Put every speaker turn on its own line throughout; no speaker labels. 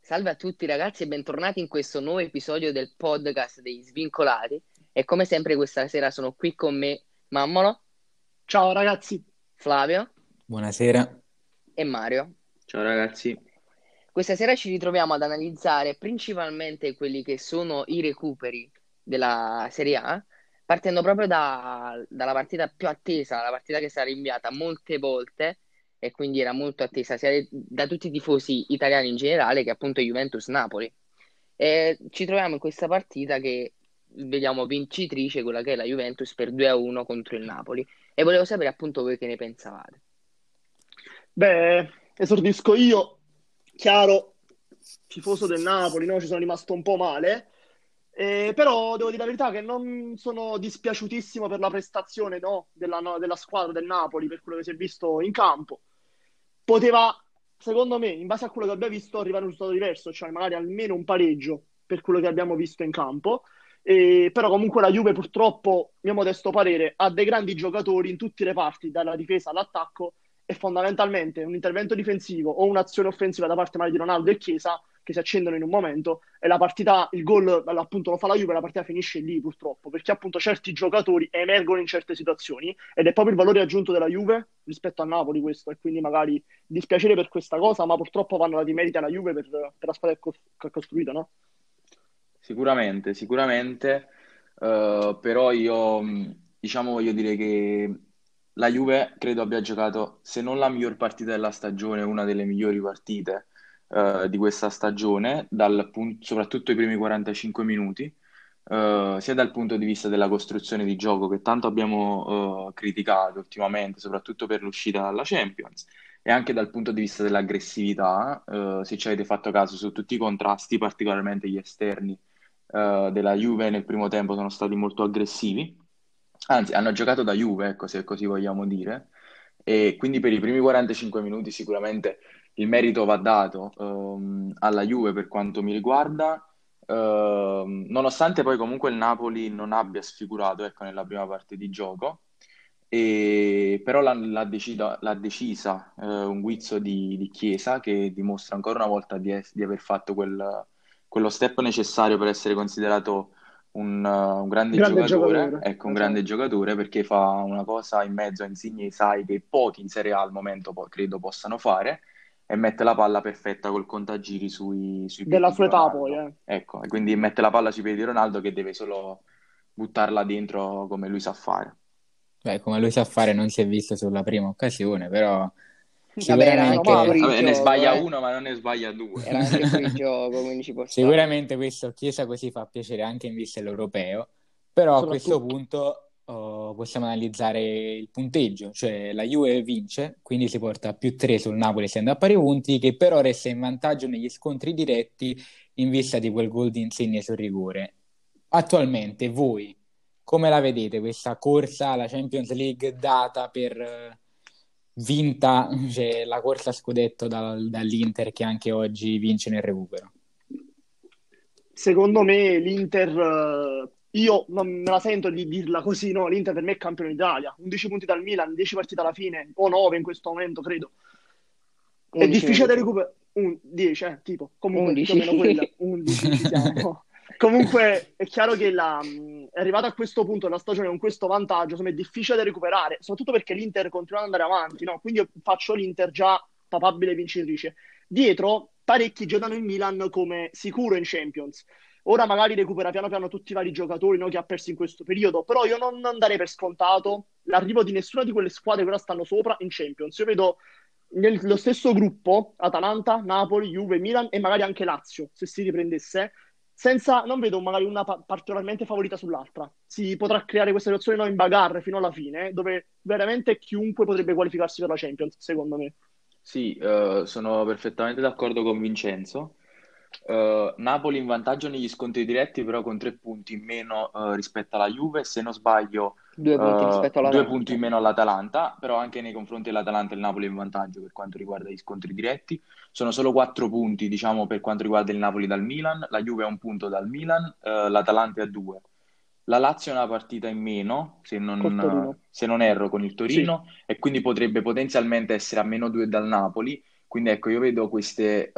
Salve a tutti ragazzi e bentornati in questo nuovo episodio del podcast dei Svincolati. E come sempre questa sera sono qui con me Mammolo,
Ciao ragazzi.
Flavio
Buonasera.
e Mario.
Ciao ragazzi.
Questa sera ci ritroviamo ad analizzare principalmente quelli che sono i recuperi della Serie A, partendo proprio dalla partita più attesa, la partita che è stata rinviata molte volte e quindi era molto attesa sia da tutti i tifosi italiani in generale che appunto Juventus-Napoli. E ci troviamo in questa partita che vediamo vincitrice, quella che è la Juventus per 2-1 contro il Napoli. E volevo sapere appunto voi che ne pensavate.
Beh, esordisco io, chiaro, tifoso del Napoli, no? Ci sono rimasto un po' male, però devo dire la verità che non sono dispiaciutissimo per la prestazione, no, della squadra del Napoli, per quello che si è visto in campo. Poteva, secondo me, in base a quello che abbiamo visto, arrivare a un risultato diverso, cioè magari almeno un pareggio per quello che abbiamo visto in campo. Però comunque la Juve purtroppo, mio modesto parere, ha dei grandi giocatori in tutti i reparti, dalla difesa all'attacco, e fondamentalmente un intervento difensivo o un'azione offensiva da parte magari di Ronaldo e Chiesa che si accendono in un momento e la partita, il gol appunto lo fa la Juve, la partita finisce lì purtroppo, perché appunto certi giocatori emergono in certe situazioni ed è proprio il valore aggiunto della Juve rispetto a Napoli questo, e quindi magari dispiacere per questa cosa, ma purtroppo vanno dati meriti alla Juve per la squadra che ha costruito, no?
Sicuramente, però io diciamo voglio dire che la Juve credo abbia giocato, se non la miglior partita della stagione, una delle migliori partite di questa stagione, soprattutto i primi 45 minuti, sia dal punto di vista della costruzione di gioco che tanto abbiamo criticato ultimamente, soprattutto per l'uscita dalla Champions, e anche dal punto di vista dell'aggressività, se ci avete fatto caso su tutti i contrasti, particolarmente gli esterni della Juve nel primo tempo sono stati molto aggressivi, anzi hanno giocato da Juve, ecco, se così vogliamo dire, e quindi per i primi 45 minuti sicuramente il merito va dato alla Juve per quanto mi riguarda, nonostante poi comunque il Napoli non abbia sfigurato, ecco, nella prima parte di gioco. Però l'ha decisa un guizzo di Chiesa che dimostra ancora una volta di aver fatto quello step necessario per essere considerato un grande
Grande
giocatore,
giocatore,
ecco, un grande
esatto.
giocatore perché fa una cosa in mezzo a Insigne e Isai che pochi in Serie A al momento credo possano fare, e mette la palla perfetta col contagiri sui
Della
piedi di
sua età poi,
Ronaldo. Ecco, e quindi mette la palla sui piedi di Ronaldo che deve solo buttarla dentro come lui sa fare.
Beh, come lui sa fare non si è visto sulla prima occasione, però
Vabbè, era
Meno
anche
male.
sicuramente,
fuori
Vabbè, ne
gioco,
sbaglia
eh.
uno, ma non ne sbaglia due.
Era anche fuori gioco, quindi ci può stare.
sicuramente questo Chiesa così fa piacere anche in vista dell'europeo, però a questo
Soprattutto.
punto possiamo analizzare il punteggio, cioè la Juve vince, quindi si porta a più 3 sul Napoli essendo a pari punti, che però resta in vantaggio negli scontri diretti in vista di quel gol di Insigne sul rigore. Attualmente voi come la vedete questa corsa alla Champions League data per vinta, cioè la corsa a scudetto dall'Inter che anche oggi vince nel recupero?
Secondo me l'Inter, io non me la sento di dirla così, no? L'Inter per me è campione d'Italia, 11 punti dal Milan, 10 partite alla fine, o 9 in questo momento, credo. È
11,
difficile da
11.
recuperare, 10, tipo, comunque più o
11.
meno quella, 11 ci siamo. Comunque è chiaro che è arrivato a questo punto della stagione con questo vantaggio, insomma è difficile da recuperare, soprattutto perché l'Inter continua ad andare avanti, no? Quindi io faccio l'Inter già papabile vincitrice. Dietro parecchi giocano il Milan come sicuro in Champions. Ora magari recupera piano piano tutti i vari giocatori, no, che ha perso in questo periodo, però io non darei per scontato l'arrivo di nessuna di quelle squadre che ora stanno sopra in Champions. Io vedo nello stesso gruppo Atalanta, Napoli, Juve, Milan e magari anche Lazio, se si riprendesse, non vedo magari una particolarmente favorita sull'altra. Si potrà creare questa situazione no, in bagarre fino alla fine, dove veramente chiunque potrebbe qualificarsi per la Champions, secondo me.
Sì, sono perfettamente d'accordo con Vincenzo. Napoli in vantaggio negli scontri diretti, però con 3 punti in meno rispetto alla Juve. Se non sbaglio,
2 punti rispetto
2 punti in
all'Atalanta.
meno all'Atalanta, però anche nei confronti dell'Atalanta il Napoli è in vantaggio per quanto riguarda gli scontri diretti. Sono solo 4 punti, diciamo, per quanto riguarda il Napoli dal Milan. La Juve ha un punto dal Milan, l'Atalanta ha due. La Lazio ha una partita in meno,
Col Torino.
se non erro, con il
Sì,
Torino, e quindi potrebbe potenzialmente essere a -2 dal Napoli, Quindi ecco, io vedo queste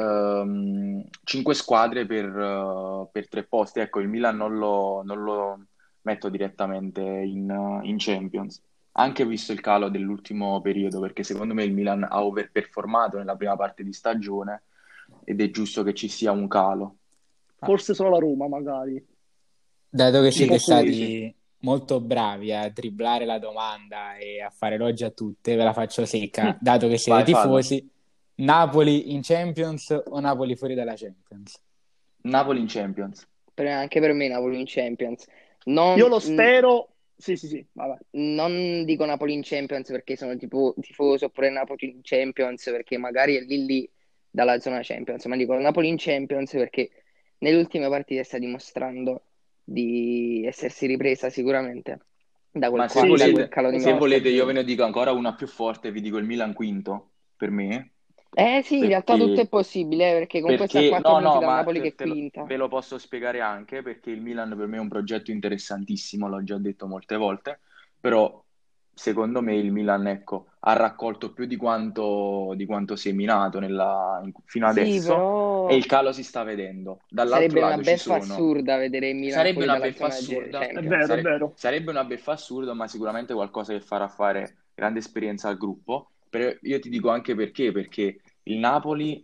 5 squadre per 3 posti. Ecco, il Milan non lo metto direttamente in Champions, anche visto il calo dell'ultimo periodo, perché secondo me il Milan ha overperformato nella prima parte di stagione ed è giusto che ci sia un calo.
Forse solo la Roma, magari.
Dato che
Un
siete
po' fuori.
stati molto bravi a dribblare la domanda e a fare elogi a tutte, ve la faccio secca. Dato che siete
Vai, fallo.
tifosi, Napoli in Champions o Napoli fuori dalla Champions?
Napoli in Champions.
Anche per me Napoli in Champions. Non,
Io lo spero. Sì, vabbè.
non dico Napoli in Champions perché sono tipo tifoso, oppure Napoli in Champions perché magari è lì dalla zona Champions, ma dico Napoli in Champions perché nelle ultime partite sta dimostrando di essersi ripresa sicuramente da
Ma
quel, da quel calo di
se
metà
volete, io
stagione.
ve ne dico ancora una più forte, vi dico il Milan quinto, per me,
Sì, in realtà tutto è possibile, perché comunque sta a 4
no,
punti
no,
dal
ma
Napoli che è quinta.
ve lo posso spiegare anche, perché il Milan per me è un progetto interessantissimo, l'ho già detto molte volte, però secondo me il Milan, ecco, ha raccolto più di quanto seminato fino
Sì,
adesso e
però
il calo si sta vedendo. Dall'altro
sarebbe una
lato ci
beffa
sono...
assurda vedere il Milan
Sarebbe
fuori
una
dalla
beffa
zona
assurda,
È
Champions.
vero, è vero.
sarebbe una beffa assurda, ma sicuramente qualcosa che farà fare grande esperienza al gruppo. Io ti dico anche perché il Napoli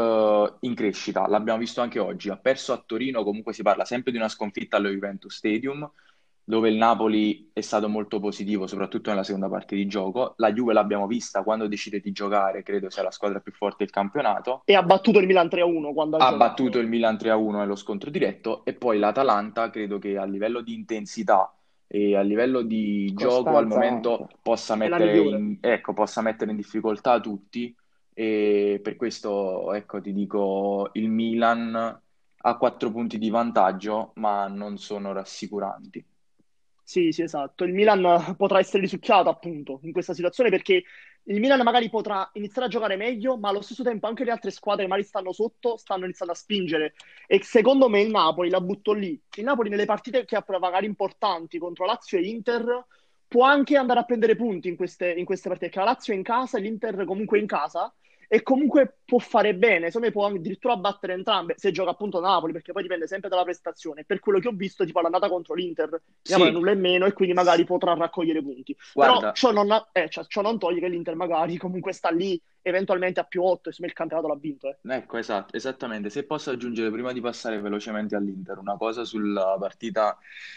in crescita, l'abbiamo visto anche oggi, ha perso a Torino, comunque si parla sempre di una sconfitta allo Juventus Stadium, dove il Napoli è stato molto positivo, soprattutto nella seconda parte di gioco. La Juve l'abbiamo vista quando decide di giocare, credo sia la squadra più forte del campionato.
E ha battuto il Milan 3-1 quando ha
Ha
giocato.
battuto il Milan 3-1 nello scontro diretto e poi l'Atalanta credo che a livello di intensità e a livello di gioco al
Costanza
momento
anche.
possa
È la
mettere
migliore.
in difficoltà tutti e per questo ecco ti dico il Milan ha 4 punti di vantaggio ma non sono rassicuranti.
Sì, esatto. Il Milan potrà essere risucchiato appunto in questa situazione perché il Milan magari potrà iniziare a giocare meglio, ma allo stesso tempo anche le altre squadre magari stanno sotto, stanno iniziando a spingere. E secondo me il Napoli la butto lì. Il Napoli nelle partite che ha magari importanti contro Lazio e Inter può anche andare a prendere punti in queste partite, perché la Lazio è in casa e l'Inter comunque è in casa. E comunque può fare bene, secondo me può addirittura battere entrambe se gioca appunto Napoli, perché poi dipende sempre dalla prestazione. Per quello che ho visto, tipo l'andata contro l'Inter, il Napoli ha
Sì,
nulla in meno e quindi magari potrà raccogliere punti. Però
guarda,
ciò non toglie che l'Inter magari comunque sta lì eventualmente a più 8 e insomma il campionato l'ha vinto.
ecco, esatto, esattamente. Se posso aggiungere prima di passare velocemente all'Inter una cosa sulla partita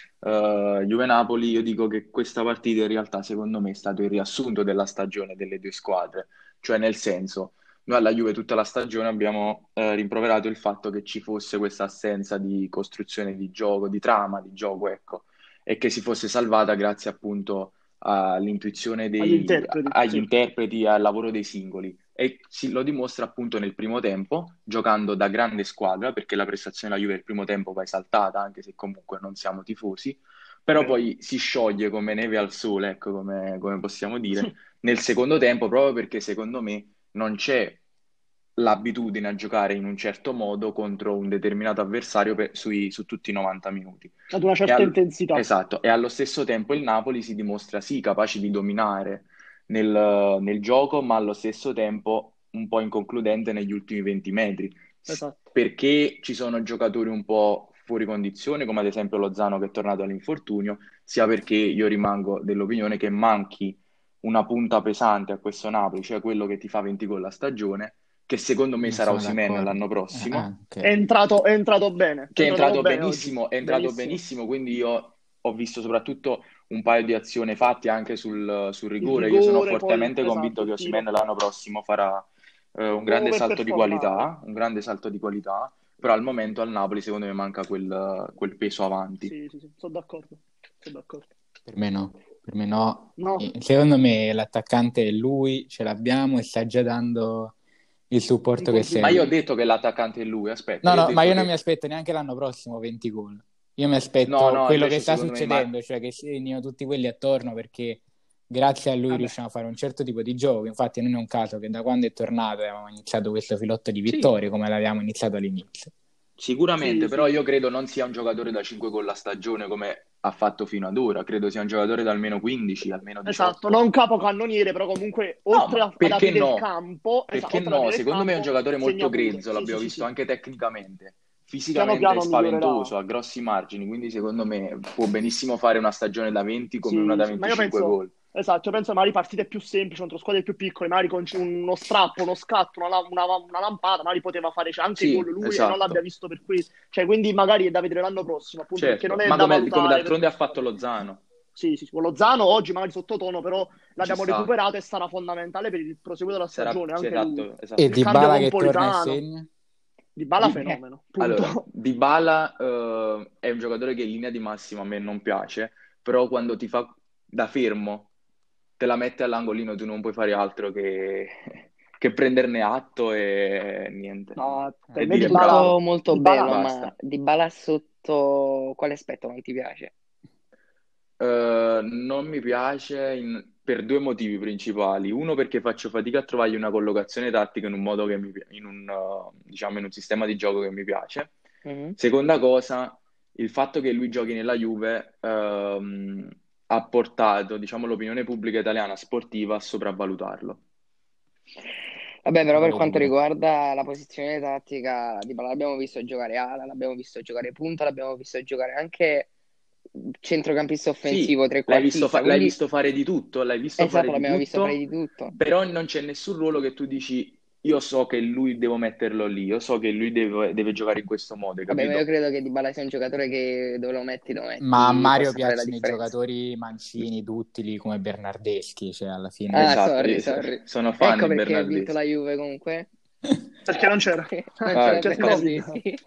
Juve-Napoli, io dico che questa partita in realtà secondo me è stato il riassunto della stagione delle due squadre, cioè nel senso, noi alla Juve tutta la stagione abbiamo rimproverato il fatto che ci fosse questa assenza di costruzione di gioco, di trama di gioco, ecco, e che si fosse salvata grazie appunto all'intuizione
Agli interpreti,
agli
sì.
interpreti e al lavoro dei singoli. E lo dimostra appunto nel primo tempo, giocando da grande squadra, perché la prestazione della Juve nel primo tempo va esaltata, anche se comunque non siamo tifosi, però
Vero.
poi si scioglie come neve al sole, ecco come possiamo dire, nel secondo tempo, proprio perché secondo me non c'è l'abitudine a giocare in un certo modo contro un determinato avversario su tutti i 90 minuti.
Ad una
E
certa intensità.
esatto, e allo stesso tempo il Napoli si dimostra sì capace di dominare nel gioco, ma allo stesso tempo un po' inconcludente negli ultimi 20 metri,
Esatto.
perché ci sono giocatori un po' fuori condizione, come ad esempio Lozano che è tornato all'infortunio, sia perché io rimango dell'opinione che manchi una punta pesante a questo Napoli, cioè quello che ti fa 20 gol a stagione, che secondo me
Non
sarà
sono
Osimhen
d'accordo.
l'anno prossimo,
È
Ok.
entrato bene. È
che
entrato proprio bene oggi.
è entrato
Benissimo.
benissimo, quindi io ho visto soprattutto un paio di azioni fatte anche sul
Il
rigore. Io sono
rigore, poi,
fortemente
esatto,
convinto che
il
Osimhen
tiro.
l'anno prossimo farà un
Può
grande
aver
salto di
performato.
qualità, un grande salto di qualità, però al momento al Napoli secondo me manca quel peso avanti.
Sì, sono d'accordo. Sono d'accordo.
Per me no, per me no.
No,
Secondo me l'attaccante è lui, ce l'abbiamo e sta già dando il
un
supporto che
Ma io ho
serve.
contributo.
detto che l'attaccante è lui, aspetta,
No,
io ho
no, ma
detto
io non mi
che...
aspetto neanche l'anno prossimo 20 gol. Io mi
No,
aspetto
no,
quello che
invece
sta
secondo me...
succedendo, cioè che segnino tutti quelli attorno perché grazie a lui
Vabbè.
riusciamo a fare un certo tipo di gioco. Infatti non è un caso che da quando è tornato abbiamo iniziato questo filotto di
Sì,
vittorie come l'avevamo iniziato all'inizio.
Sicuramente,
Sì,
però
sì.
io credo non sia un giocatore da 5 gol a stagione come ha fatto fino ad ora, credo sia un giocatore da almeno 15, almeno
Esatto,
18.
non capocannoniere, però comunque
No,
oltre
ma
ad
perché
aprire il
no?
campo,
Perché
oltre ad
no?
aprire il
Secondo me è un
campo,
giocatore
segna
molto
pure.
grezzo,
Sì, sì,
l'abbiamo
sì,
visto
sì.
anche tecnicamente.
Piano
Fisicamente è
piano migliorerà.
spaventoso, ha grossi margini, quindi secondo me può benissimo fare una stagione da 20 come una
Sì,
da
sì. Ma io
25
penso,
gol.
esatto, io penso magari partite più semplici contro squadre più piccole, magari con uno strappo, uno scatto, una lampata, magari poteva fare anche
Sì,
gol lui e non l'abbia
esatto.
visto per questo. Cioè, quindi magari è da vedere l'anno prossimo, appunto, perché
Certo,
non è
ma
da
come
valutare per
d'altronde ha
questo
fatto
modo.
Lozano,
Sì, sì, sì. Con lo Zano oggi magari sottotono, però
ci
l'abbiamo
sta.
recuperato e sarà fondamentale per il proseguo della stagione,
Sì,
anche lui.
esatto,
E
Il
esatto.
cambio
Dybala che torna e
Napolitano,
segna?
Dybala fenomeno,
Allora,
punto.
Dybala è un giocatore che in linea di massima a me non piace, però quando ti fa da fermo, te la mette all'angolino, tu non puoi fare altro che prenderne atto e niente.
No, per
E
me
dire
Dybala,
Tutto
bravo,
molto
Dybala,
bello, ma
basta.
Dybala sotto quale aspetto non ti piace?
Non mi piace per due motivi principali. Uno, perché faccio fatica a trovargli una collocazione tattica in un modo che in un, diciamo, in un sistema di gioco che mi piace.
Mhm.
Seconda cosa, il fatto che lui giochi nella Juve, ha portato, diciamo, l'opinione pubblica italiana sportiva a sopravvalutarlo.
Vabbè, però
La
per
vedi
quanto
pure.
riguarda la posizione tattica, Dybala l'abbiamo visto giocare ala, l'abbiamo visto giocare punta, l'abbiamo visto giocare anche centrocampista
Sì,
offensivo, trequartista,
l'hai
quindi
visto fare di tutto, l'hai visto
esatto,
fare di
l'abbiamo visto fare
tutto,
di tutto.
però non c'è nessun ruolo che tu dici, io so che lui devo metterlo lì, io so che lui deve giocare in questo modo, hai
Vabbè, ma io
capito?
credo che Dybala sia un giocatore che dove lo
Ma a
metti,
Mario
possa fare la
piacciono i
differenza.
giocatori mancini, duttili come Bernardeschi, cioè alla
Ah,
fine...
Esatto,
sorry,
io
sorry.
sono fan
Ecco
di
perché ha vinto la
Bernardeschi.
Juve comunque.
perché non c'era,
Non
Ah,
c'era
c'è il Covid.
Bernardeschi.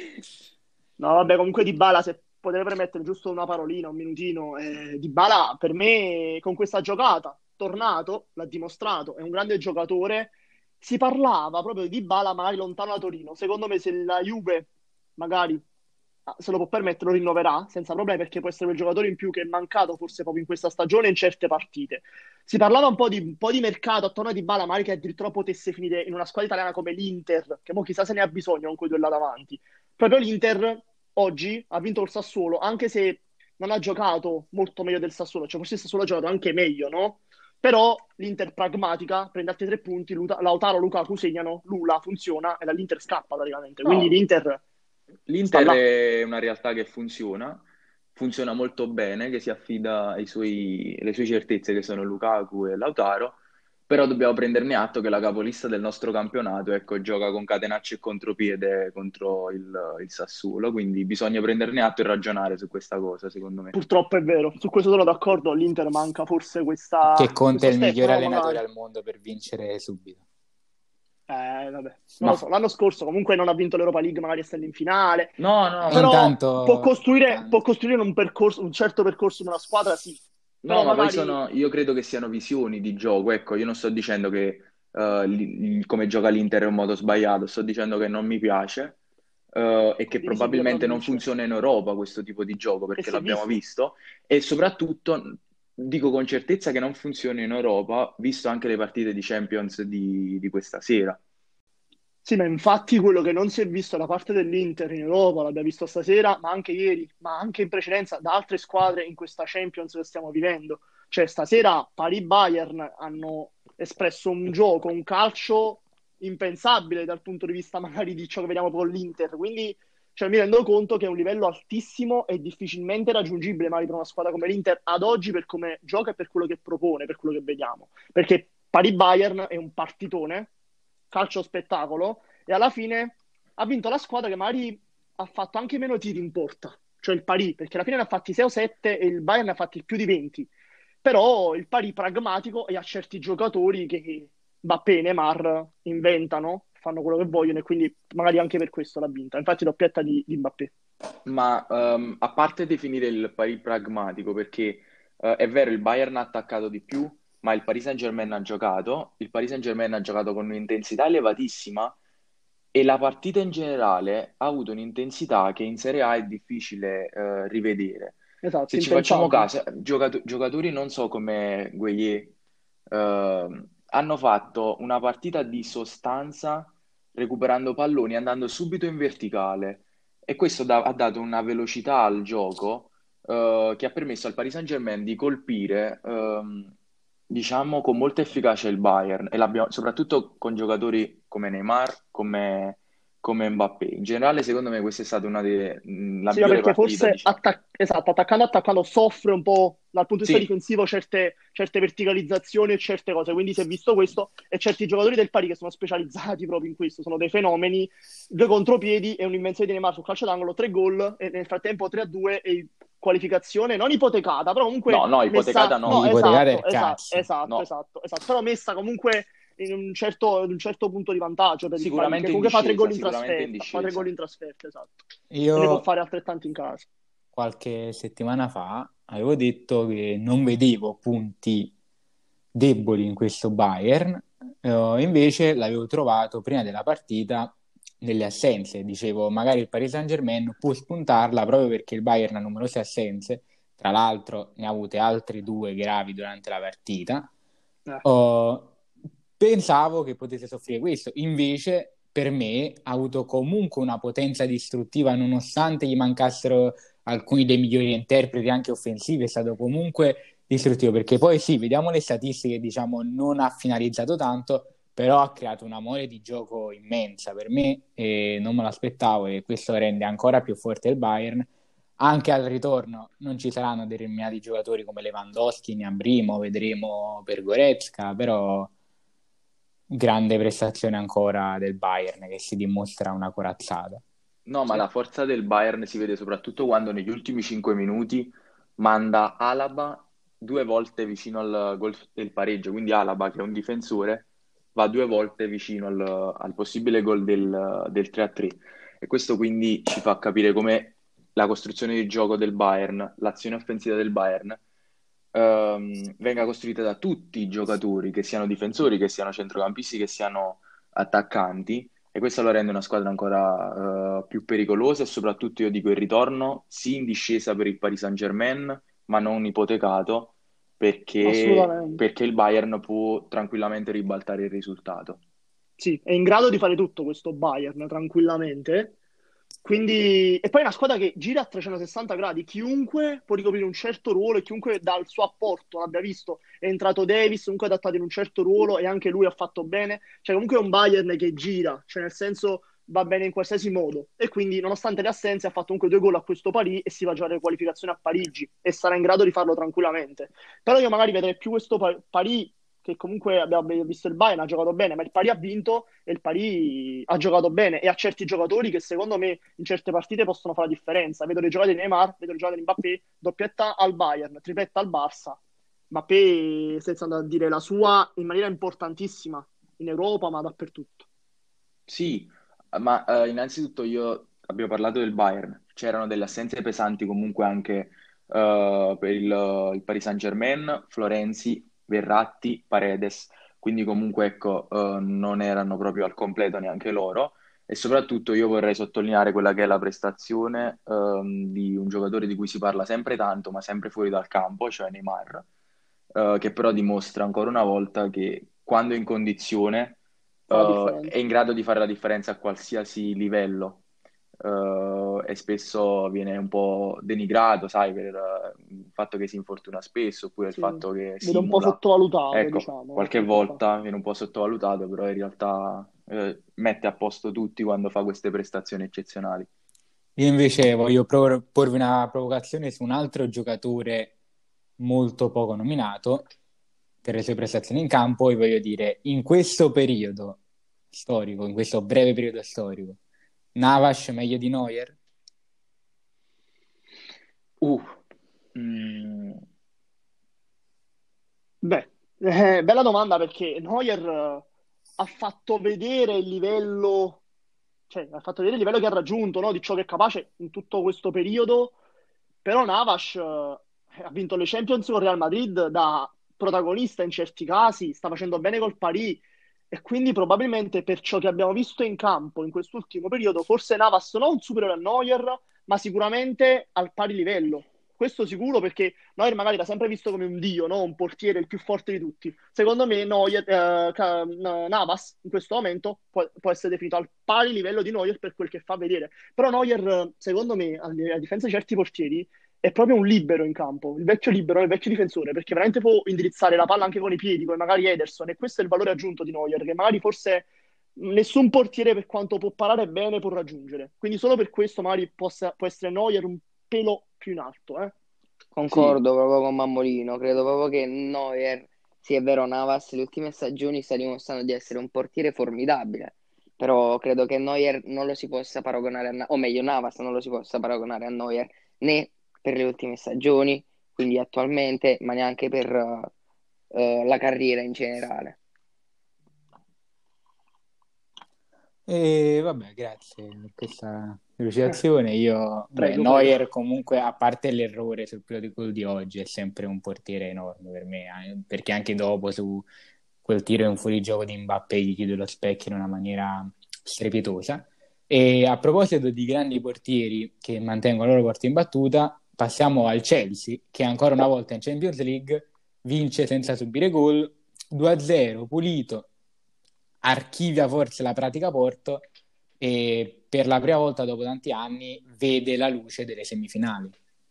No, vabbè, comunque Dybala, se potete permettere giusto una parolina, un minutino, Dybala per me con questa giocata, tornato, l'ha dimostrato, è un grande giocatore. Si parlava proprio di Dybala magari lontano da Torino. Secondo me se la Juve magari se lo può permettere lo rinnoverà senza problemi perché può essere quel giocatore in più che è mancato forse proprio in questa stagione in certe partite. Si parlava un po' di mercato attorno a Dybala, magari che addirittura potesse finire in una squadra italiana come l'Inter, che mo chissà se ne ha bisogno con quei due là davanti. Proprio l'Inter oggi ha vinto il Sassuolo, anche se non ha giocato molto meglio del Sassuolo, cioè forse il Sassuolo ha giocato anche meglio, no? Però l'Inter pragmatica prende altri 3 punti, Lautaro, Lukaku segnano, Lula funziona e dall'Inter scappa praticamente. Quindi
No,
l'Inter sta
l'Inter
là.
è una realtà che funziona molto bene, che si affida alle sue certezze che sono Lukaku e Lautaro, però dobbiamo prenderne atto che la capolista del nostro campionato, ecco, gioca con catenaccio e contropiede contro il Sassuolo, quindi bisogna prenderne atto e ragionare su questa cosa, secondo me.
Purtroppo è vero, su questo sono d'accordo, all'Inter manca forse
Che Conte è
questo
il
step,
migliore
no?
allenatore
Magari.
al mondo per vincere subito.
Vabbè, non lo
Ma
so. L'anno scorso comunque non ha vinto l'Europa League, magari è stato in finale,
no, no,
E
ma
però può
intanto...
costruire un percorso, un certo percorso in una squadra, sì.
no,
Però
ma poi
magari
io credo che siano visioni di gioco. Ecco, io non sto dicendo che come gioca l'Inter è un modo sbagliato, sto dicendo che non mi piace e che
condivisibile però
probabilmente non
vince.
funziona in Europa questo tipo di gioco
E
perché
si è
l'abbiamo
visto.
visto e soprattutto dico con certezza che non funziona in Europa, visto anche le partite di Champions di questa sera.
Sì, ma infatti quello che non si è visto da parte dell'Inter in Europa, l'abbiamo visto stasera, ma anche ieri, ma anche in precedenza da altre squadre in questa Champions che stiamo vivendo. Cioè, stasera Paris-Bayern hanno espresso un gioco, un calcio impensabile dal punto di vista magari di ciò che vediamo con l'Inter. Quindi, cioè, mi rendo conto che è un livello altissimo e difficilmente raggiungibile magari per una squadra come l'Inter ad oggi per come gioca e per quello che propone, per quello che vediamo. Perché Paris-Bayern è un partitone, calcio spettacolo, e alla fine ha vinto la squadra che magari ha fatto anche meno tiri in porta, cioè il Paris, perché alla fine ne ha fatti 6 o 7 e il Bayern ne ha fatti più di 20. Però il Paris pragmatico e ha certi giocatori che Mbappé e Neymar inventano, fanno quello che vogliono e quindi magari anche per questo l'ha vinta. Infatti doppietta di Mbappé.
Ma a parte definire il Paris pragmatico, perché è vero, il Bayern ha attaccato di più, ma il Paris Saint-Germain ha giocato, il Paris Saint-Germain ha giocato con un'intensità elevatissima e la partita in generale ha avuto un'intensità che in Serie A è difficile rivedere.
Esatto,
Se ci facciamo
impensabile.
caso, giocatori non so come Gueye hanno fatto una partita di sostanza recuperando palloni, andando subito in verticale. E questo ha dato una velocità al gioco che ha permesso al Paris Saint-Germain di colpire, diciamo, con molta efficacia il Bayern, e soprattutto con giocatori come Neymar, come Mbappé. In generale, secondo me, questa è stata la
Sì, ma
migliore
perché
partita,
forse
diciamo.
esatto, attaccando soffre un po' dal punto di vista
Sì,
difensivo certe verticalizzazioni e certe cose. Quindi si è visto questo e certi giocatori del Pari che sono specializzati proprio in questo, sono dei fenomeni, due contropiedi e un'invenzione di Neymar sul calcio d'angolo, 3 gol e nel frattempo 3-2 e qualificazione non ipotecata, però
no,
comunque
no,
messa,
ipotecata
no,
no,
Ipotecata il cazzo.
no.
però messa comunque in un certo punto di vantaggio per il Pari, che
Sicuramente in
comunque fa tre
discesa,
gol in
sicuramente in
trasferta, fa 3 gol
discesa.
in trasferta, esatto. E ne può
Io
fare altrettanti in casa.
qualche settimana fa avevo detto che non vedevo punti deboli in questo Bayern, invece l'avevo trovato prima della partita nelle assenze. Dicevo, magari il Paris Saint-Germain può spuntarla proprio perché il Bayern ha numerose assenze, tra l'altro ne ha avute altre due gravi durante la partita.
Eh.
Pensavo che potesse soffrire questo, invece per me ha avuto comunque una potenza distruttiva nonostante gli mancassero alcuni dei migliori interpreti anche offensivi, è stato comunque distruttivo, perché poi sì, vediamo le statistiche, diciamo non ha finalizzato tanto, però ha creato una mole di gioco immensa per me e non me l'aspettavo, e questo rende ancora più forte il Bayern. Anche al ritorno non ci saranno determinati giocatori come Lewandowski, Gnabry, vedremo per Goretzka, però grande prestazione ancora del Bayern che si dimostra una corazzata.
No, ma
Sì.
la forza del Bayern si vede soprattutto quando negli ultimi 5 minuti manda Alaba 2 volte vicino al gol del pareggio. Quindi Alaba, che è un difensore, va 2 volte vicino al possibile gol del 3-3. E questo quindi ci fa capire come la costruzione di gioco del Bayern, l'azione offensiva del Bayern, venga costruita da tutti i giocatori, che siano difensori, che siano centrocampisti, che siano attaccanti, e questo lo rende una squadra ancora più pericolosa. E soprattutto io dico il ritorno sì in discesa per il Paris Saint-Germain, ma non ipotecato,
Assolutamente.
perché il Bayern può tranquillamente ribaltare il risultato.
Sì, è in grado di fare tutto questo Bayern tranquillamente. Quindi, e poi è una squadra che gira a 360 gradi, chiunque può ricoprire un certo ruolo e chiunque dà il suo apporto, l'abbia visto, è entrato Davis, comunque adattato in un certo ruolo e anche lui ha fatto bene, cioè comunque è un Bayern che gira, cioè nel senso va bene in qualsiasi modo e quindi nonostante le assenze ha fatto comunque 2 gol a questo Paris e si va a giocare le qualificazioni a Parigi e sarà in grado di farlo tranquillamente. Però io magari vedrei più questo Paris che comunque abbiamo visto il Bayern ha giocato bene, ma il Paris ha vinto e il Paris ha giocato bene e ha certi giocatori che secondo me in certe partite possono fare la differenza. Vedo le giocate di Neymar, vedo le giocate di Mbappé, doppietta al Bayern, tripletta al Barça. Mbappé senza andare a dire la sua in maniera importantissima in Europa, ma dappertutto.
Sì, ma innanzitutto abbiamo parlato del Bayern, c'erano delle assenze pesanti comunque anche per il Paris Saint-Germain, Florenzi, Verratti, Paredes, quindi comunque ecco, non erano proprio al completo neanche loro. E soprattutto io vorrei sottolineare quella che è la prestazione di un giocatore di cui si parla sempre tanto, ma sempre fuori dal campo, cioè Neymar, che però dimostra ancora una volta che quando è in condizione
Fa la
è
differenza.
in grado di fare la differenza a qualsiasi livello. E spesso viene un po' denigrato, sai, per il fatto che si infortuna spesso, oppure il
Sì.
fatto che
Vedo un po'
simula.
sottovalutato,
Ecco,
diciamo,
qualche
qualche fa.
volta viene un po' sottovalutato, però in realtà mette a posto tutti quando fa queste prestazioni eccezionali.
Io invece voglio porvi una provocazione su un altro giocatore molto poco nominato per le sue prestazioni in campo, e voglio dire, in questo periodo storico, in questo breve periodo storico, Navas meglio di Neuer?
Uh, mm,
Beh, bella domanda perché Neuer ha fatto vedere il livello, cioè ha fatto vedere il livello che ha raggiunto, no? Di ciò che è capace in tutto questo periodo, però Navas ha vinto le Champions con Real Madrid da protagonista in certi casi, sta facendo bene col Paris e quindi probabilmente per ciò che abbiamo visto in campo in quest'ultimo periodo, forse Navas non un superiore a Neuer, ma sicuramente al pari livello. questo sicuro, perché Neuer magari l'ha sempre visto come un dio, no? Un portiere il più forte di tutti. Secondo me Navas in questo momento può essere definito al pari livello di Neuer per quel che fa vedere. Però Neuer, secondo me, a differenza di certi portieri, è proprio un libero in campo, il vecchio libero, il vecchio difensore, perché veramente può indirizzare la palla anche con i piedi, come magari Ederson, e questo è il valore aggiunto di Neuer, che magari forse nessun portiere, per quanto può parare bene, può raggiungere. Quindi solo per questo magari può essere Neuer un pelo più in alto, eh?
Sì,
Concordo proprio con Mammolino, credo proprio che Neuer, sì è vero, Navas le ultime stagioni sta dimostrando di essere un portiere formidabile, però credo che Neuer non lo si possa paragonare o meglio Navas non lo si possa paragonare a Neuer né per le ultime stagioni, quindi attualmente, ma neanche per la carriera in generale.
E vabbè, grazie per questa delucidazione. Io, beh,
Prego, prego.
Neuer comunque, a parte l'errore sul primo di gol di oggi, è sempre un portiere enorme per me, perché anche dopo su quel tiro in fuorigioco di Mbappé gli chiude lo specchio in una maniera strepitosa. E a proposito di grandi portieri che mantengono la loro porta in battuta, passiamo al Chelsea, che ancora una volta in Champions League vince senza subire gol, 2-0, pulito, archivia forse la pratica Porto e per la prima volta dopo tanti anni vede la luce delle semifinali.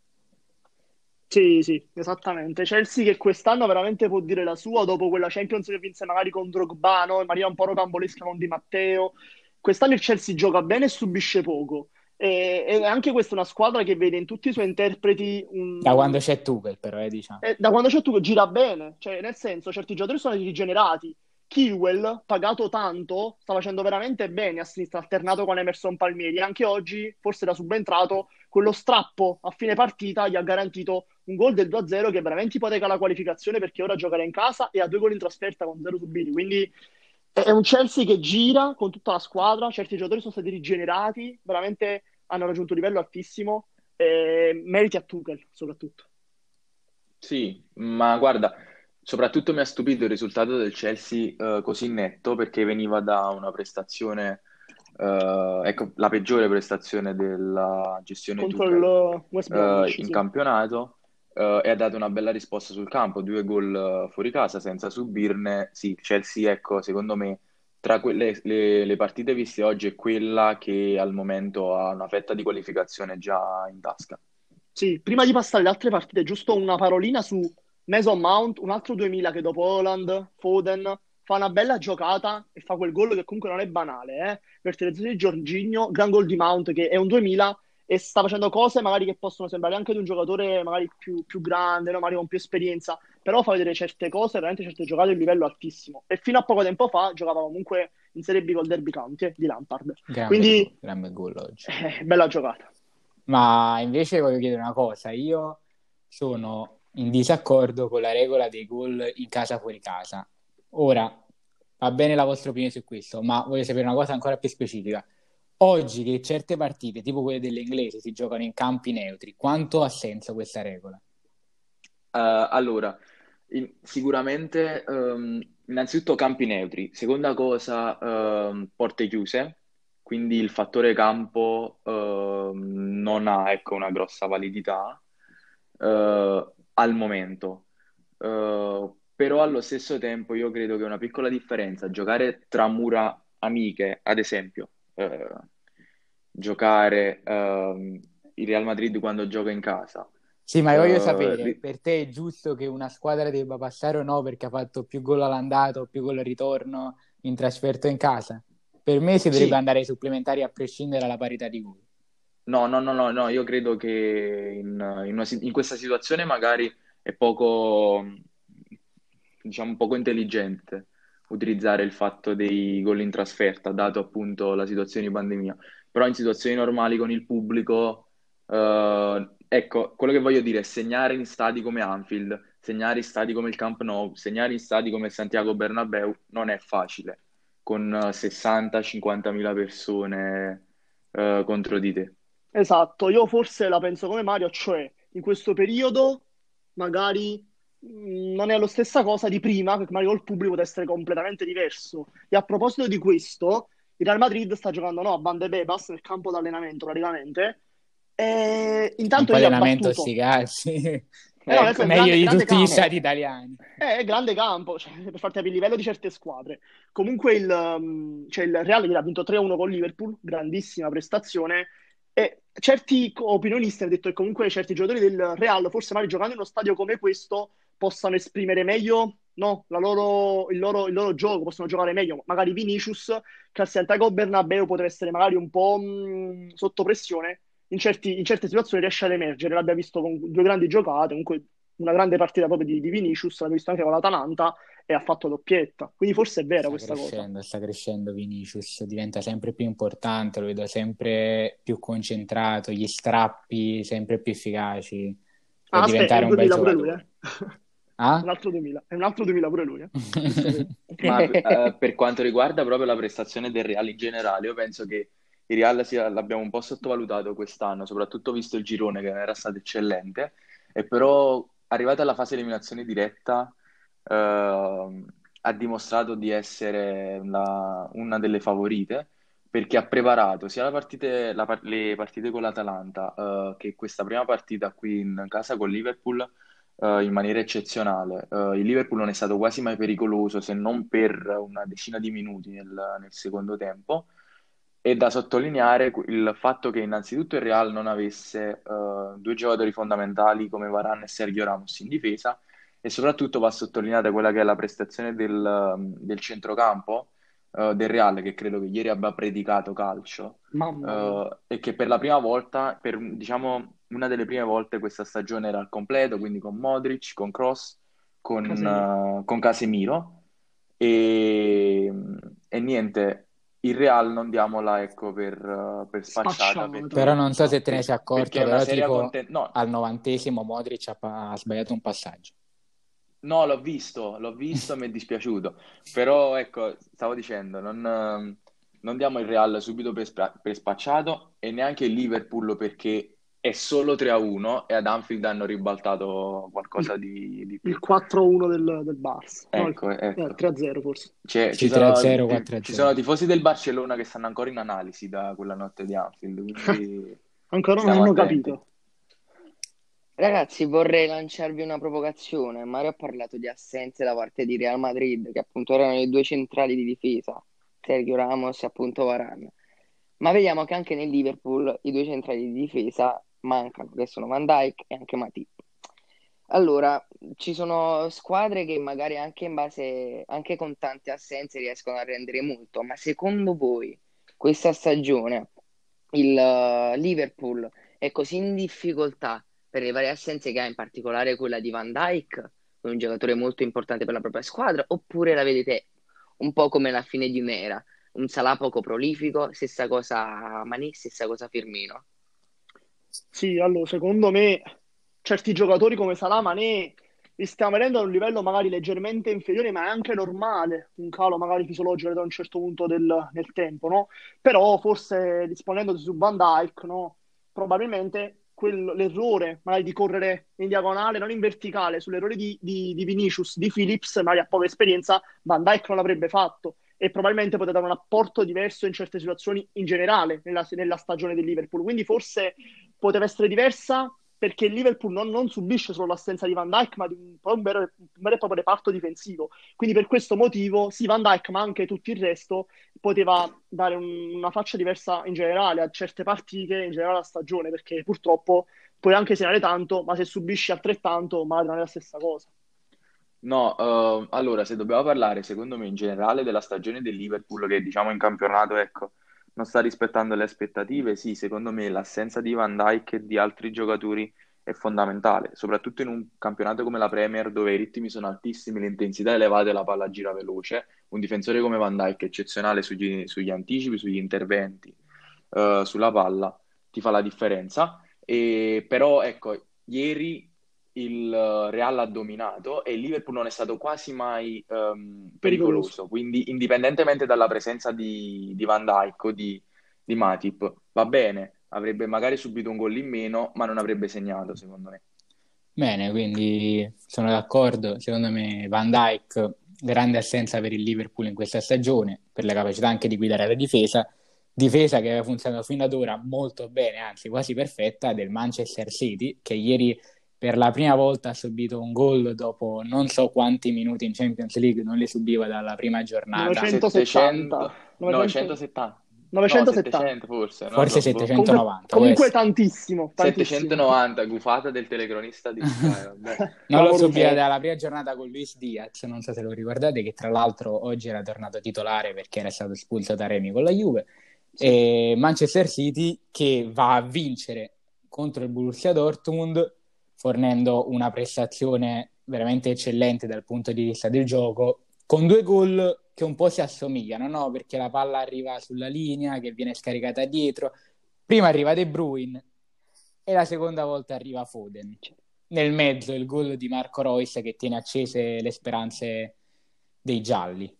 Sì, sì, esattamente. Chelsea che quest'anno veramente può dire la sua dopo quella Champions che vinse magari con Drogba, no? In maniera un po' rocambolesca con Di Matteo. Quest'anno il Chelsea gioca bene e subisce poco. E anche questa è una squadra che vede in tutti i suoi interpreti
Da quando c'è Tuchel, però, diciamo.
da quando c'è tu gira bene, cioè nel senso certi giocatori sono rigenerati. Chilwell, pagato tanto, sta facendo veramente bene a sinistra, alternato con Emerson Palmieri. Anche oggi, forse da subentrato, quello strappo a fine partita gli ha garantito un gol del 2-0 che veramente ipoteca la qualificazione perché ora giocherà in casa e ha 2 gol in trasferta con 0 subiti. Quindi è un Chelsea che gira con tutta la squadra, certi giocatori sono stati rigenerati, veramente hanno raggiunto un livello altissimo e meriti a Tuchel soprattutto.
sì, ma guarda, soprattutto mi ha stupito il risultato del Chelsea così netto perché veniva da una prestazione, ecco, la peggiore prestazione della gestione
Contro
Tuchel
il West Bromwich,
in
sì.
campionato e ha dato una bella risposta sul campo, 2 gol fuori casa senza subirne. Sì, il Chelsea, ecco, secondo me, tra le partite viste oggi è quella che al momento ha una fetta di qualificazione già in tasca.
Sì, prima di passare alle altre partite, giusto una parolina su Mason Mount, un altro 2000 che dopo Holland, Foden, fa una bella giocata e fa quel gol che comunque non è banale, per telezzone di Jorginho, gran gol di Mount che è un 2000 e sta facendo cose magari che possono sembrare anche di un giocatore magari più grande, no? Magari con più esperienza, però fa vedere certe cose, veramente certe giocate di un livello altissimo. E fino a poco tempo fa giocava comunque in Serie B col Derby County, di Lampard. Quindi,
Gran bel gol oggi.
bella giocata.
Ma invece voglio chiedere una cosa, io sono in disaccordo con la regola dei gol in casa fuori casa. Ora, va bene la vostra opinione su questo, ma voglio sapere una cosa ancora più specifica. Oggi che certe partite, tipo quelle delle inglesi, si giocano in campi neutri, quanto ha senso questa regola?
Allora, sicuramente, innanzitutto campi neutri, seconda cosa, porte chiuse, quindi il fattore campo non ha, ecco, una grossa validità al momento. Però allo stesso tempo io credo che una piccola differenza, giocare tra mura amiche, ad esempio, giocare il Real Madrid quando gioca in casa.
Sì, ma voglio
eh,
sapere,
ri-
per te è giusto che una squadra debba passare o no perché ha fatto più gol all'andata o più gol al ritorno in trasferto in casa? Per me si dovrebbe
sì,
andare ai supplementari a prescindere dalla parità di gol.
no, no, no, no, no, io credo che in questa situazione magari è poco, diciamo, poco intelligente utilizzare il fatto dei gol in trasferta, dato appunto la situazione di pandemia. Però in situazioni normali con il pubblico, ecco, quello che voglio dire è segnare in stadi come Anfield, segnare in stadi come il Camp Nou, segnare in stadi come il Santiago Bernabéu non è facile, con 60-50 mila persone, contro di te.
Esatto, io forse la penso come Mario, cioè in questo periodo magari non è la stessa cosa di prima, perché magari col pubblico può essere completamente diverso. E a proposito di questo, il Real Madrid sta giocando no, a Bande Bebas nel campo d'allenamento praticamente,
Un
Intanto
po'
ieri ha
allenamento
battuto.
sti cazzi.
No, adesso è un
Meglio
grande,
di
grande
tutti gli
campo.
stati italiani.
È grande campo, cioè, per farti capire il livello di certe squadre. Comunque cioè, il Real ieri ha vinto 3-1 con Liverpool, grandissima prestazione. E certi opinionisti hanno detto che comunque certi giocatori del Real, forse magari giocando in uno stadio come questo, possano esprimere meglio, no, il loro gioco, possono giocare meglio. Magari Vinicius, che al Santiago Bernabéu potrebbe essere magari un po' sotto pressione, in certe situazioni riesce ad emergere. L'abbiamo visto con due grandi giocate, comunque una grande partita proprio di Vinicius, l'abbiamo visto anche con l'Atalanta e ha fatto doppietta. Quindi forse è vera questa cosa.
Sta crescendo Vinicius, diventa sempre più importante, lo vedo sempre più concentrato, gli strappi sempre più efficaci, per
Ah, aspetta, è
diventare
il
un bel
2000 pure lui,
giocatore.
eh. Un
Ah?
altro 2000, è un altro 2000 pure lui, giusto per-
Ma per quanto riguarda proprio la prestazione del Real in generale, io penso che il Real l'abbiamo un po' sottovalutato quest'anno, soprattutto visto il girone che era stato eccellente, e però arrivata alla fase eliminazione diretta ha dimostrato di essere una delle favorite perché ha preparato sia le partite con l'Atalanta che questa prima partita qui in casa con Liverpool in maniera eccezionale. Il Liverpool non è stato quasi mai pericoloso, se non per una decina di minuti nel secondo tempo. E da sottolineare il fatto che innanzitutto il Real non avesse due giocatori fondamentali come Varane e Sergio Ramos in difesa, e soprattutto va sottolineata quella che è la prestazione del centrocampo del Real, che credo che ieri abbia predicato calcio,
Mamma mia.
e che per la prima volta, per diciamo una delle prime volte questa stagione era al completo, quindi con Modric, con Kroos,
Casemiro.
con Casemiro e, e niente, il Real non diamola ecco per spacciata
Spacciata.
Però non so se te ne sei
perché
accorto,
è una
però
seria
tipo
no,
al 90° Modric ha sbagliato un passaggio.
no, l'ho visto, mi è dispiaciuto, però ecco, stavo dicendo, non diamo il Real subito per spacciato e neanche il Liverpool perché è solo 3-1 e ad Anfield hanno ribaltato
Il,
qualcosa di
il
più.
4-1 del Barça. No,
Ecco, ecco.
3-0 forse.
Sì, 3-0, 4-0.
Ci sono tifosi del Barcellona che stanno ancora in analisi da quella notte di Anfield, quindi
Ancora non
stiamo
hanno
attenti.
capito.
Ragazzi, vorrei lanciarvi una provocazione. Mario ha parlato di assenze da parte di Real Madrid, che appunto erano i due centrali di difesa, Sergio Ramos e appunto Varane. Ma vediamo che anche nel Liverpool i due centrali di difesa mancano, che sono Van Dijk e anche Matip. Allora, ci sono squadre che magari anche in base, anche con tante assenze riescono a rendere molto, ma secondo voi questa stagione il Liverpool è così in difficoltà per le varie assenze che ha, in particolare quella di Van Dijk, un giocatore molto importante per la propria squadra, oppure la vedete un po' come la fine di un'era, un Salah poco prolifico, stessa cosa Mané, stessa cosa Firmino?
Sì, allora, secondo me certi giocatori come Salah, Mané li stiamo vedendo a un livello magari leggermente inferiore, ma è anche normale, un calo magari fisiologico da un certo punto del tempo, no? Però forse disponendosi su Van Dijk, no? Probabilmente l'errore magari di correre in diagonale, non in verticale, sull'errore di Vinicius, di Phillips, magari a poca esperienza, Van Dijk non l'avrebbe fatto e probabilmente poteva dare un apporto diverso in certe situazioni in generale nella stagione del Liverpool. Quindi forse poteva essere diversa perché il Liverpool non subisce solo l'assenza di Van Dijk, ma di un vero e proprio reparto difensivo. Quindi per questo motivo, sì, Van Dijk, ma anche tutto il resto, poteva dare una faccia diversa in generale a certe partite, in generale alla stagione, perché purtroppo puoi anche segnare tanto, ma se subisci altrettanto, magari non è la stessa cosa.
No, allora, se dobbiamo parlare, secondo me, in generale della stagione del Liverpool, che diciamo in campionato, ecco, non sta rispettando le aspettative, sì, secondo me l'assenza di Van Dijk e di altri giocatori è fondamentale, soprattutto in un campionato come la Premier, dove i ritmi sono altissimi, l'intensità è elevata e la palla gira veloce. Un difensore come Van Dijk, eccezionale sugli anticipi, sugli interventi, sulla palla, ti fa la differenza. Però, ecco, ieri il Real ha dominato e il Liverpool non è stato quasi mai
Pericoloso.
pericoloso, quindi indipendentemente dalla presenza di Van Dijk o di Matip, va bene, avrebbe magari subito un gol in meno, ma non avrebbe segnato, secondo me.
Bene, quindi sono d'accordo. Secondo me Van Dijk, grande assenza per il Liverpool in questa stagione, per la capacità anche di guidare la difesa. difesa che aveva funzionato fino ad ora molto bene, anzi quasi perfetta, del Manchester City, che ieri per la prima volta ha subito un gol dopo non so quanti minuti in Champions League, non li subiva dalla prima giornata.
970.
700, no,
900
170, no,
970.
700 forse, non lo
Forse
so, boh.
Comunque,
790,
comunque
questo.
tantissimo, tantissimo.
790, gufata del telecronista di Sky, vabbè.
Non lo
Clamoroso.
subiva dalla prima giornata con Luis Diaz, non so se lo ricordate, che tra l'altro oggi era tornato titolare perché era stato espulso da Remi con la Juve.
Sì.
E Manchester City che va a vincere contro il Borussia Dortmund fornendo una prestazione veramente eccellente dal punto di vista del gioco, con 2 gol che un po' si assomigliano, no? Perché la palla arriva sulla linea, che viene scaricata dietro, prima arriva De Bruyne e la seconda volta arriva Foden. Nel mezzo il gol di Marco Reus che tiene accese le speranze dei gialli.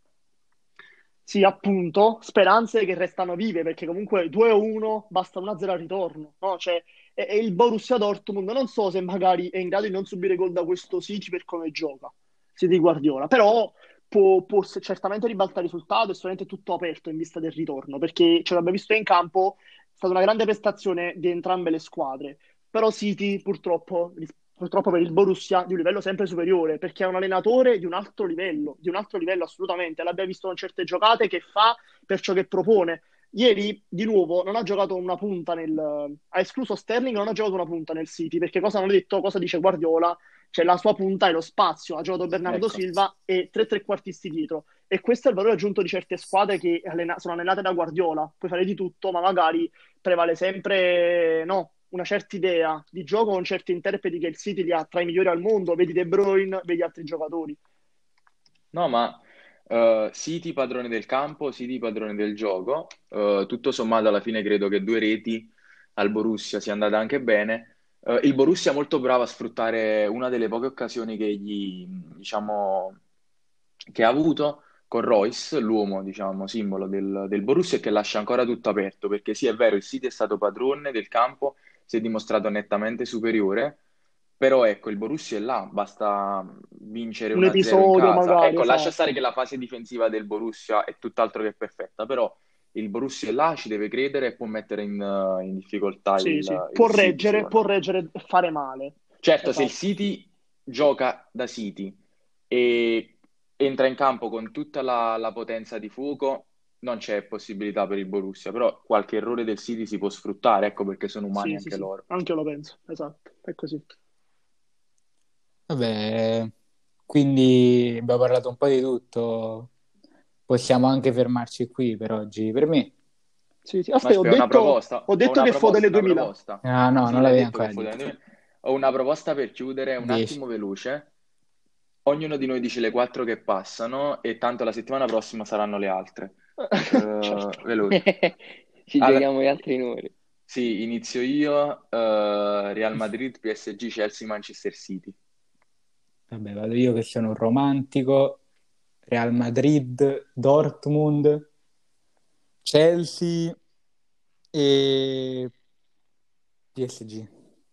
Sì, appunto, speranze che restano vive, perché comunque 2-1 basta 1-0 al ritorno, no? Cioè, e il Borussia Dortmund non so se magari è in grado di non subire gol da questo City per come gioca, City di Guardiola, però può certamente ribaltare il risultato, è solamente tutto aperto in vista del ritorno, perché ce l'abbiamo visto in campo, è stata una grande prestazione di entrambe le squadre, però City purtroppo per il Borussia di un livello sempre superiore, perché è un allenatore di un altro livello assolutamente. L'abbiamo visto con certe giocate che fa per ciò che propone. Ieri, di nuovo, non ha giocato una punta ha escluso Sterling, non ha giocato una punta nel City, perché cosa hanno detto, cosa dice Guardiola? Cioè la sua punta è lo spazio, ha giocato Bernardo
Ecco.
Silva e 3 trequartisti dietro. E questo è il valore aggiunto di certe squadre che sono allenate da Guardiola. Puoi fare di tutto, ma magari prevale sempre, no, una certa idea di gioco con certi interpreti che il City li ha tra i migliori al mondo, vedi De Bruyne, vedi altri giocatori.
No, ma City padrone del campo, City padrone del gioco. Tutto sommato, alla fine credo che 2 reti al Borussia sia andata anche bene. Il Borussia è molto bravo a sfruttare una delle poche occasioni diciamo, che ha avuto con Royce, l'uomo, diciamo, simbolo del Borussia, e che lascia ancora tutto aperto, perché sì, è vero, il City è stato padrone del campo, si è dimostrato nettamente superiore. Però ecco, il Borussia è là, basta vincere
Un
1-0 in
episodio
casa.
magari,
Ecco, lascia
esatto.
stare che la fase difensiva del Borussia è tutt'altro che perfetta, però il Borussia è là, ci deve credere e può mettere in difficoltà
Sì, sì.
il City,
Può
secondo me.
reggere e fare male.
Certo, se il
Esatto.
City gioca da City e entra in campo con tutta la potenza di fuoco, non c'è possibilità per il Borussia, però qualche errore del City si può sfruttare, ecco perché sono umani
Sì, sì,
anche
sì.
loro.
Anche io lo penso, esatto. È così.
Vabbè, quindi abbiamo parlato un po' di tutto. Possiamo anche fermarci qui per oggi, per me.
Sì, sì.
Ma
Aspetta,
aspetta,
ho detto che Foden è
una
2000.
proposta.
Ah, no,
Sì,
non
l'hai
l'avevi
detto che
ancora
fu
detto.
Ho una proposta per chiudere un
10.
attimo veloce. Ognuno di noi dice le 4 che passano e tanto la settimana prossima saranno le altre.
Certo.
Veloce.
Ci
Allora,
giochiamo gli altri numeri.
sì, inizio io. Real Madrid, PSG, Chelsea, Manchester City.
Vabbè, vado io che sono un romantico. Real Madrid, Dortmund, Chelsea e PSG.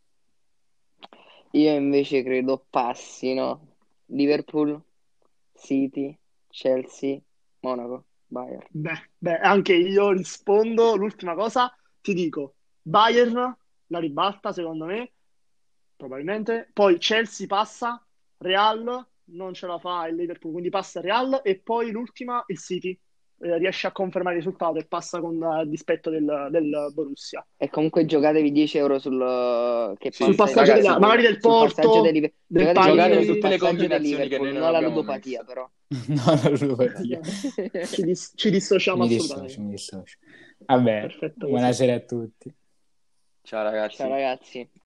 Io invece credo passino Liverpool, City, Chelsea, Monaco, Bayern.
Beh, anche io rispondo. L'ultima cosa, ti dico, Bayern la ribalta secondo me, probabilmente. Poi Chelsea passa, Real non ce la fa il Liverpool, quindi passa il Real. E poi l'ultima, il City, riesce a confermare il risultato e passa con dispetto del Borussia.
E comunque giocatevi 10 euro che
Sul
Sì,
passa il
passaggio
ragazzi,
Liverpool,
magari del
sul passaggio
Porto, del
Giocatevi 10 euro
giocate
sul
tutte
Parigi.
le
passaggio del
combinazioni che
Liverpool,
noi non
non la
abbiamo
ludopatia
messo.
però.
No, non lo devo dire.
Ci dissociamo
Mi dissocio,
assolutamente.
mi dissocio. Vabbè,
Perfetto così.
buonasera a tutti.
Ciao
Ciao
ragazzi.
ragazzi.